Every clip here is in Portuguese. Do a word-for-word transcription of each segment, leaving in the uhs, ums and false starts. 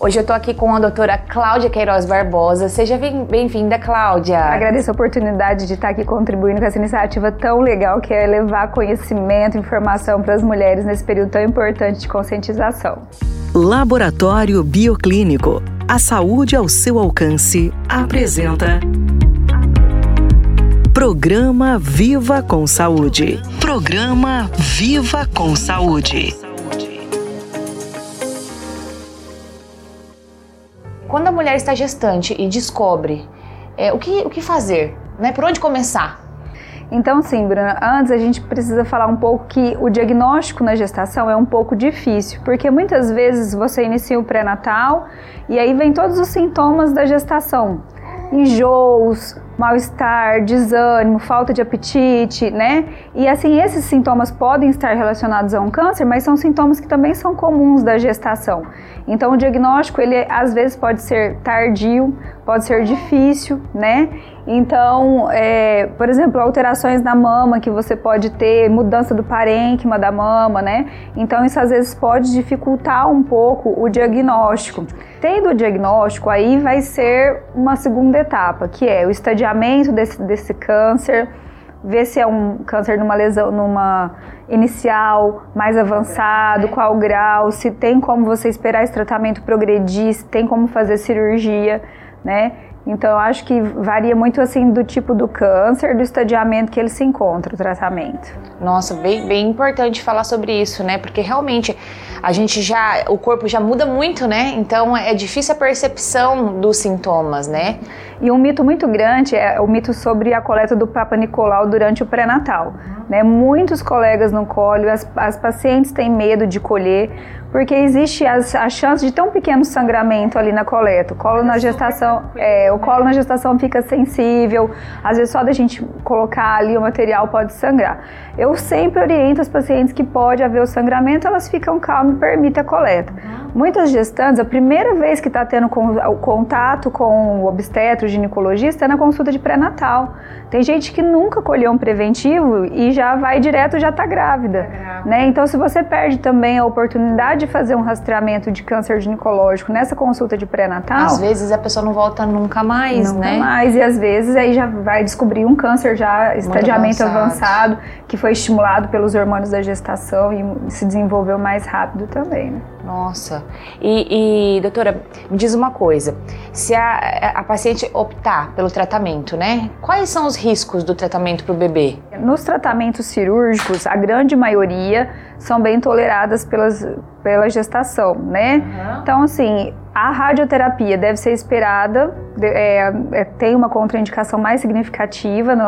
Hoje eu tô aqui com a doutora Cláudia Queiroz Barbosa. Seja bem-vinda, Cláudia. Agradeço a oportunidade de estar aqui contribuindo com essa iniciativa tão legal que é levar conhecimento e informação para as mulheres nesse período tão importante de conscientização. Laboratório Bioclínico. A saúde ao seu alcance apresenta Programa Viva com Saúde. Programa Viva com Saúde. Quando a mulher está gestante e descobre, é, o, que, o que fazer? Né? Por onde começar? Então sim, Bruna, antes a gente precisa falar um pouco que o diagnóstico na gestação é um pouco difícil, porque muitas vezes você inicia o pré-natal e aí vem todos os sintomas da gestação. Enjoos, mal-estar, desânimo, falta de apetite, né? E assim, esses sintomas podem estar relacionados a um câncer, mas são sintomas que também são comuns da gestação. Então o diagnóstico, ele às vezes pode ser tardio, pode ser difícil, né? Então, é, por exemplo, alterações na mama que você pode ter, mudança do parênquima da mama, né? Então isso às vezes pode dificultar um pouco o diagnóstico. Tendo o diagnóstico, aí vai ser uma segunda etapa, que é o estadiamento desse, desse câncer, ver se é um câncer numa lesão, numa inicial, mais avançado, qual grau, se tem como você esperar esse tratamento progredir, se tem como fazer cirurgia, né? Então, eu acho que varia muito, assim, do tipo do câncer, do estadiamento que ele se encontra, o tratamento. Nossa, bem, bem importante falar sobre isso, né? Porque realmente a gente já, o corpo já muda muito, né? Então, é difícil a percepção dos sintomas, né? E um mito muito grande é o mito sobre a coleta do Papa Nicolau durante o pré-natal, né? Muitos colegas não colhem, as, as pacientes têm medo de colher, porque existe a, a chance de ter um pequeno sangramento ali na coleta. O colo na gestação, é, o colo na gestação fica sensível, às vezes só da gente colocar ali o material pode sangrar. Eu sempre oriento as pacientes que pode haver o sangramento, elas ficam calmas e permitem a coleta. Muitas gestantes, a primeira vez que está tendo o contato com o obstetra, o ginecologista, é na consulta de pré-natal. Tem gente que nunca colheu um preventivo e já vai direto, já está grávida, né? Então, se você perde também a oportunidade de fazer um rastreamento de câncer ginecológico nessa consulta de pré-natal, às vezes a pessoa não volta nunca mais, nunca né? Nunca mais, e às vezes aí já vai descobrir um câncer já, estadiamento avançado. avançado, que foi estimulado pelos hormônios da gestação e se desenvolveu mais rápido também, né? Nossa, e, e doutora, me diz uma coisa, se a, a paciente optar pelo tratamento, né, quais são os riscos do tratamento para o bebê? Nos tratamentos cirúrgicos, a grande maioria são bem toleradas pelas, pela gestação, né? Uhum. Então, assim, a radioterapia deve ser esperada, é, é, tem uma contraindicação mais significativa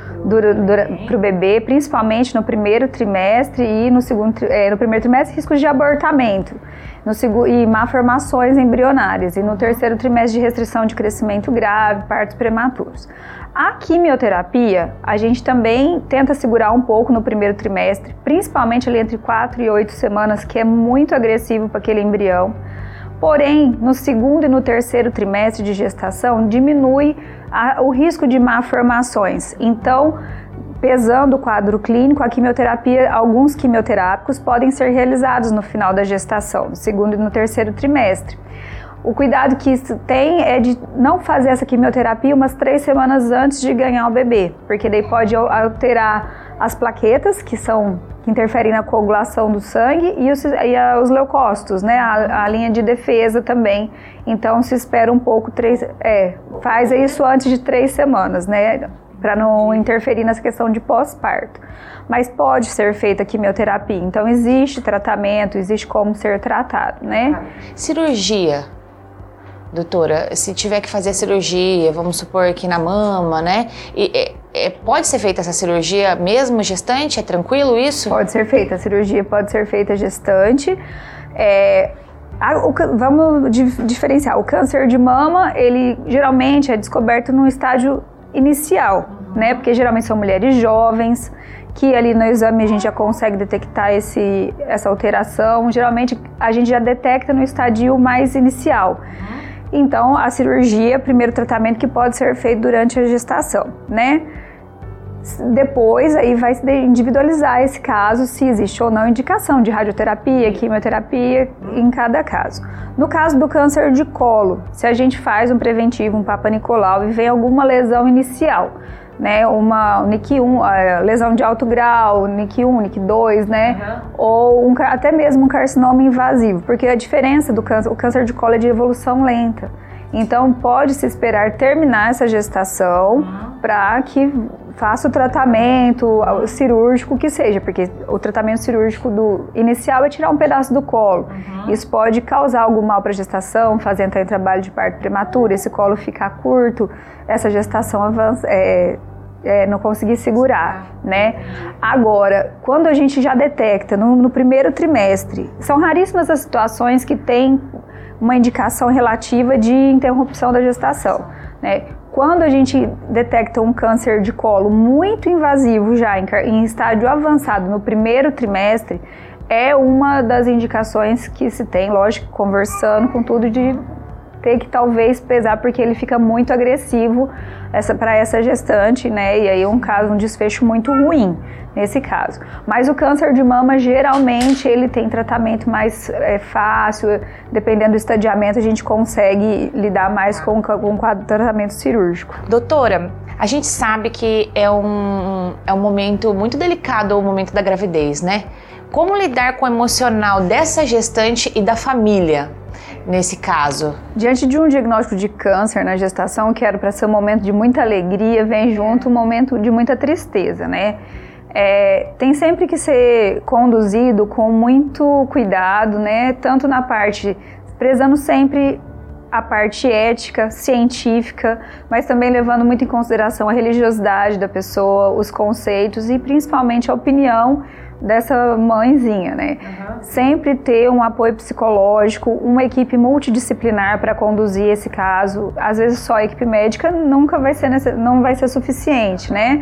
para o bebê, principalmente no primeiro trimestre e no segundo é, no primeiro trimestre, riscos de abortamento no segundo, e malformações embrionárias, e no terceiro trimestre de restrição de crescimento grave, partos prematuros. A quimioterapia, a gente também tenta segurar um pouco no primeiro trimestre, principalmente ali entre quatro e oito semanas, que é muito agressivo para aquele embrião. Porém, no segundo e no terceiro trimestre de gestação, diminui a, o risco de malformações. Então, pesando o quadro clínico, a quimioterapia, alguns quimioterápicos podem ser realizados no final da gestação, no segundo e no terceiro trimestre. O cuidado que isso tem é de não fazer essa quimioterapia umas três semanas antes de ganhar o bebê, porque daí pode alterar as plaquetas, que são que interferem na coagulação do sangue, e os, e a, os leucócitos, né, a, a linha de defesa também. Então se espera um pouco, três, é, faz isso antes de três semanas, né, para não interferir nessa questão de pós-parto. Mas pode ser feita a quimioterapia, então existe tratamento, existe como ser tratado, né? Cirurgia. Doutora, se tiver que fazer cirurgia, vamos supor que na mama, né? E, é, é, pode ser feita essa cirurgia mesmo gestante? É tranquilo isso? Pode ser feita, a cirurgia pode ser feita gestante. É, a, o, vamos dif, diferenciar, o câncer de mama, ele geralmente é descoberto no estágio inicial, né? Porque geralmente são mulheres jovens, que ali no exame a gente já consegue detectar esse, essa alteração. Geralmente a gente já detecta no estadio mais inicial. Então, a cirurgia é o primeiro tratamento que pode ser feito durante a gestação, né? Depois aí vai se individualizar esse caso, se existe ou não indicação de radioterapia, quimioterapia em cada caso. No caso do câncer de colo, se a gente faz um preventivo, um Papa Nicolau e vem alguma lesão inicial, né, uma N I C um, lesão de alto grau, N I C um, N I C dois, né, uhum. ou um, até mesmo um carcinoma invasivo, porque a diferença do câncer, o câncer de colo é de evolução lenta. Então pode se esperar terminar essa gestação uhum. para que faça o tratamento cirúrgico que seja, porque o tratamento cirúrgico do inicial é tirar um pedaço do colo. Uhum. Isso pode causar algum mal para a gestação, fazer entrar em trabalho de parto prematuro, esse colo ficar curto, essa gestação avança, é, é, não conseguir segurar, né? Agora, quando a gente já detecta no, no primeiro trimestre, são raríssimas as situações que tem uma indicação relativa de interrupção da gestação, né? Quando a gente detecta um câncer de colo muito invasivo já em, em estágio avançado no primeiro trimestre, é uma das indicações que se tem, lógico, conversando com tudo, de ter que talvez pesar, porque ele fica muito agressivo essa, para essa gestante, né? E aí é um caso, um desfecho muito ruim nesse caso. Mas o câncer de mama, geralmente, ele tem tratamento mais é, fácil, dependendo do estadiamento, a gente consegue lidar mais com, com o tratamento cirúrgico. Doutora, a gente sabe que é um, é um momento muito delicado, o momento da gravidez, né? Como lidar com o emocional dessa gestante e da família nesse caso? Diante de um diagnóstico de câncer na gestação, que era para ser um momento de muita alegria, vem junto um momento de muita tristeza, né? É, tem sempre que ser conduzido com muito cuidado, né? Tanto na parte, prezando sempre a parte ética, científica, mas também levando muito em consideração a religiosidade da pessoa, os conceitos e principalmente a opinião dessa mãezinha, né? Uhum. Sempre ter um apoio psicológico, uma equipe multidisciplinar para conduzir esse caso. Às vezes só a equipe médica nunca vai ser, não vai ser suficiente, né?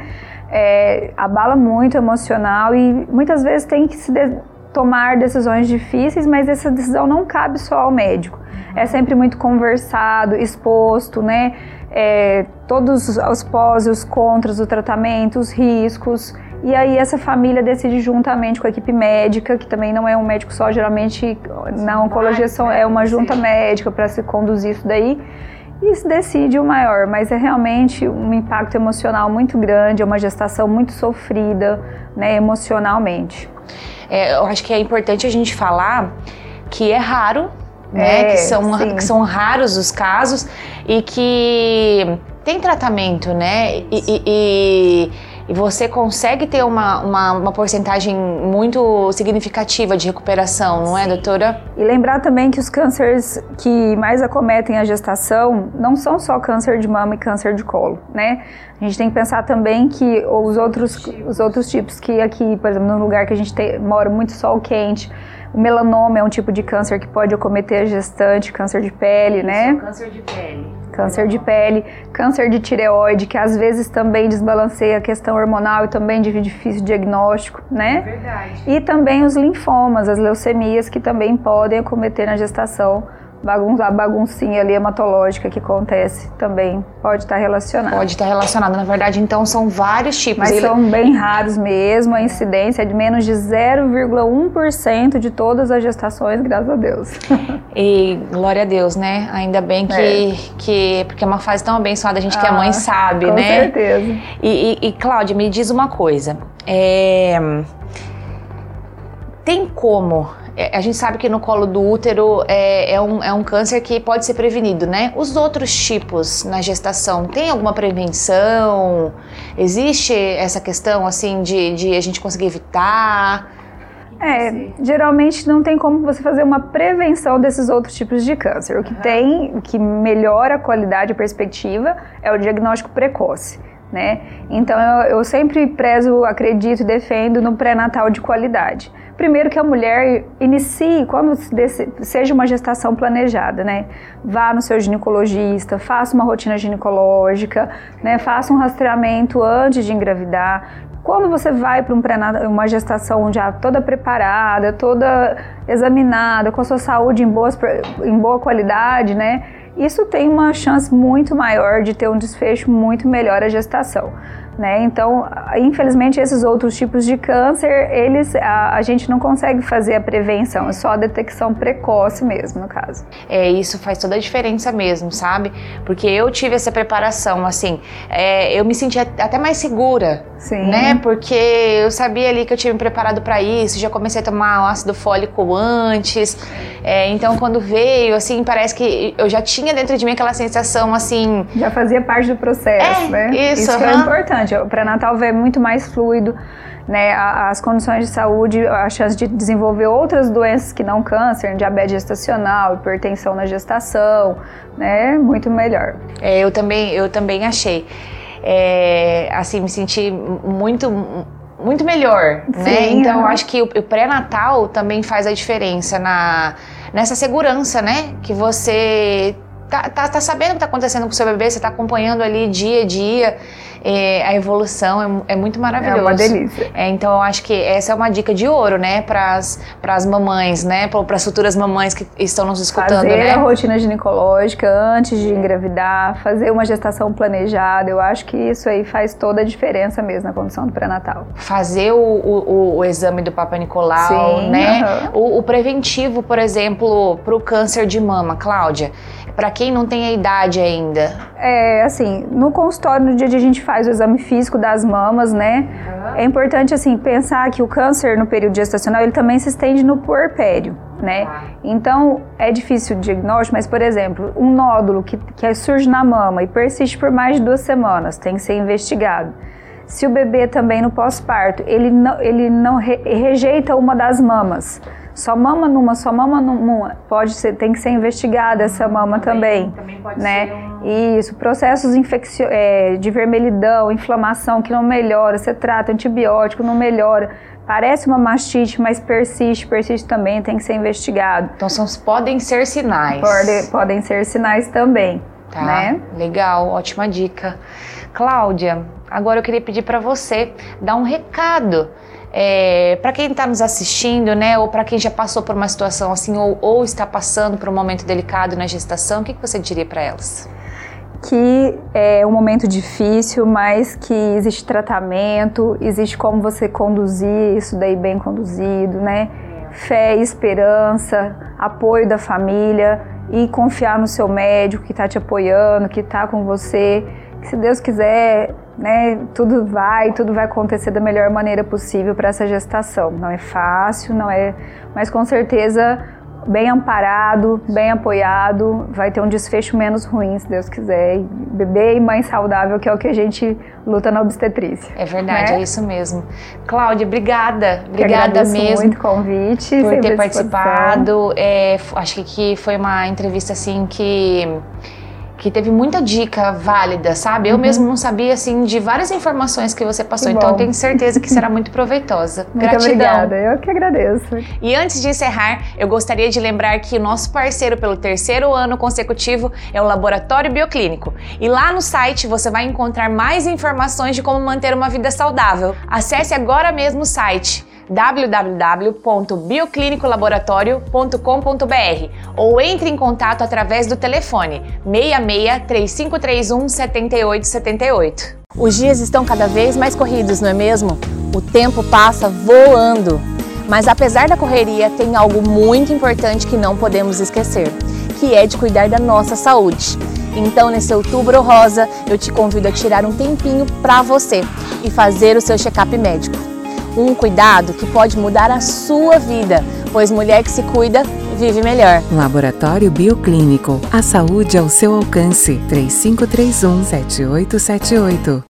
É, abala muito o emocional e muitas vezes tem que se de- tomar decisões difíceis, mas essa decisão não cabe só ao médico. Uhum. É sempre muito conversado, exposto, né? É, todos os pós e os contras do tratamento, os riscos. E aí essa família decide juntamente com a equipe médica, que também não é um médico só, geralmente na oncologia são, é uma junta médica para se conduzir isso daí. E se decide o maior, mas é realmente um impacto emocional muito grande, é uma gestação muito sofrida, né, emocionalmente. É, eu acho que é importante a gente falar que é raro, né, é, que, são, que são raros os casos e que tem tratamento, né, e, e, e, e você consegue ter uma, uma, uma porcentagem muito significativa de recuperação, não é, Sim. doutora? E lembrar também que os cânceres que mais acometem a gestação não são só câncer de mama e câncer de colo, né? A gente tem que pensar também que os outros, os outros tipos, que aqui, por exemplo, no lugar que a gente tem, mora muito sol quente, o melanoma é um tipo de câncer que pode acometer a gestante, câncer de pele, Isso, né? Câncer de pele. Câncer de pele, câncer de tireoide, que às vezes também desbalanceia a questão hormonal e também de difícil diagnóstico, né? É verdade. E também os linfomas, as leucemias, que também podem acometer na gestação. A baguncinha ali hematológica que acontece também pode estar relacionada. Pode estar relacionada, na verdade, então são vários tipos. Mas Ele... são bem raros mesmo, a incidência é de menos de zero vírgula um por cento de todas as gestações, graças a Deus. E glória a Deus, né? Ainda bem que, é. que porque é uma fase tão abençoada, a gente ah, que a mãe sabe, com né? Com certeza. E, e, e Cláudia, me diz uma coisa, é... tem como... A gente sabe que no colo do útero é, é, um, é um câncer que pode ser prevenido, né? Os outros tipos na gestação, tem alguma prevenção? Existe essa questão, assim, de, de a gente conseguir evitar? É, geralmente não tem como você fazer uma prevenção desses outros tipos de câncer. O que uhum. tem, o que melhora a qualidade e a perspectiva é o diagnóstico precoce, né? Então eu, eu sempre prezo, acredito e defendo no pré-natal de qualidade. Primeiro que a mulher inicie, quando seja uma gestação planejada, né? Vá no seu ginecologista, faça uma rotina ginecológica, né? Faça um rastreamento antes de engravidar. Quando você vai para um uma gestação já toda preparada, toda examinada, com a sua saúde em, boas, em boa qualidade, né? Isso tem uma chance muito maior de ter um desfecho muito melhor a gestação. né? Então, infelizmente, esses outros tipos de câncer, eles, a, a gente não consegue fazer a prevenção, é só a detecção precoce mesmo, no caso. É, isso faz toda a diferença mesmo, sabe? Porque eu tive essa preparação, assim, é, eu me senti até mais segura, Sim. né? Porque eu sabia ali que eu tinha me preparado para isso, já comecei a tomar o ácido fólico antes, é, então quando veio, assim, parece que eu já tinha dentro de mim aquela sensação, assim... Já fazia parte do processo, é, né? Isso, isso uhum. é importante. O pré-natal é muito mais fluido, né? As condições de saúde, a chance de desenvolver outras doenças que não câncer, diabetes gestacional, hipertensão na gestação, né? Muito melhor. É, eu também, eu também achei. É, assim, me senti muito, muito melhor, Sim, né? Então, uhum. eu acho que o, o pré-natal também faz a diferença na, nessa segurança, né? Que você tá, tá, tá sabendo o que tá acontecendo com o seu bebê, você tá acompanhando ali dia a dia. É, a evolução é, é muito maravilhoso. É uma delícia. É, então eu acho que essa é uma dica de ouro, né, para as mamães, né, para as futuras mamães que estão nos escutando, fazer né? a rotina ginecológica antes de engravidar, fazer uma gestação planejada, eu acho que isso aí faz toda a diferença mesmo na condição do pré-natal. Fazer o, o, o exame do Papa Nicolau, Sim, né? Uhum. O, o preventivo, por exemplo, para o câncer de mama, Cláudia, para quem não tem a idade ainda. É, assim, no consultório, no dia a dia a gente faz o exame físico das mamas, né? Uhum. É importante, assim, pensar que o câncer no período gestacional, ele também se estende no puerpério, né? Ah. Então, é difícil o diagnóstico, mas, por exemplo, um nódulo que, que surge na mama e persiste por mais de duas semanas, tem que ser investigado. Se o bebê também no pós-parto, ele não, ele não re, rejeita uma das mamas, só mama numa, só mama numa, pode ser, tem que ser investigada essa mama também, também, também pode né? Ser um... Isso, processos infeccio... é, de vermelhidão, inflamação que não melhora, você trata antibiótico, não melhora, parece uma mastite, mas persiste, persiste também, tem que ser investigado. Então são, podem ser sinais. Pode, podem ser sinais também, tá, né? Legal, ótima dica. Cláudia, agora eu queria pedir para você dar um recado é, para quem está nos assistindo, né, ou para quem já passou por uma situação assim, ou, ou está passando por um momento delicado na gestação, o que, que você diria para elas? Que é um momento difícil, mas que existe tratamento, existe como você conduzir isso daí bem conduzido, né? Fé, esperança, apoio da família e confiar no seu médico que está te apoiando, que está com você. Que se Deus quiser, né, tudo vai, tudo vai acontecer da melhor maneira possível para essa gestação. Não é fácil, não é, mas com certeza bem amparado, bem apoiado, vai ter um desfecho menos ruim, se Deus quiser. Bebê e mãe saudável, que é o que a gente luta na obstetrícia. É verdade, né? É isso mesmo. Cláudia, obrigada. Obrigada mesmo muito o convite, por ter participado. É, acho que foi uma entrevista assim que... que teve muita dica válida, sabe? Eu uhum. mesmo não sabia, assim, de várias informações que você passou, que então eu tenho certeza que será muito proveitosa. Muito Gratidão. Obrigada, eu que agradeço. E antes de encerrar, eu gostaria de lembrar que o nosso parceiro pelo terceiro ano consecutivo é o Laboratório Bioclínico. E lá no site você vai encontrar mais informações de como manter uma vida saudável. Acesse agora mesmo o site w w w ponto bioclinico laboratório ponto com ponto b r ou entre em contato através do telefone seis seis, três cinco três um, sete oito sete oito. Os dias estão cada vez mais corridos, não é mesmo? O tempo passa voando. Mas apesar da correria, tem algo muito importante que não podemos esquecer, que é de cuidar da nossa saúde. Então, nesse Outubro Rosa, eu te convido a tirar um tempinho para você e fazer o seu check-up médico. Um cuidado que pode mudar a sua vida, pois mulher que se cuida, vive melhor. Laboratório Bioclínico. A saúde ao seu alcance. três cinco três um, sete oito sete oito.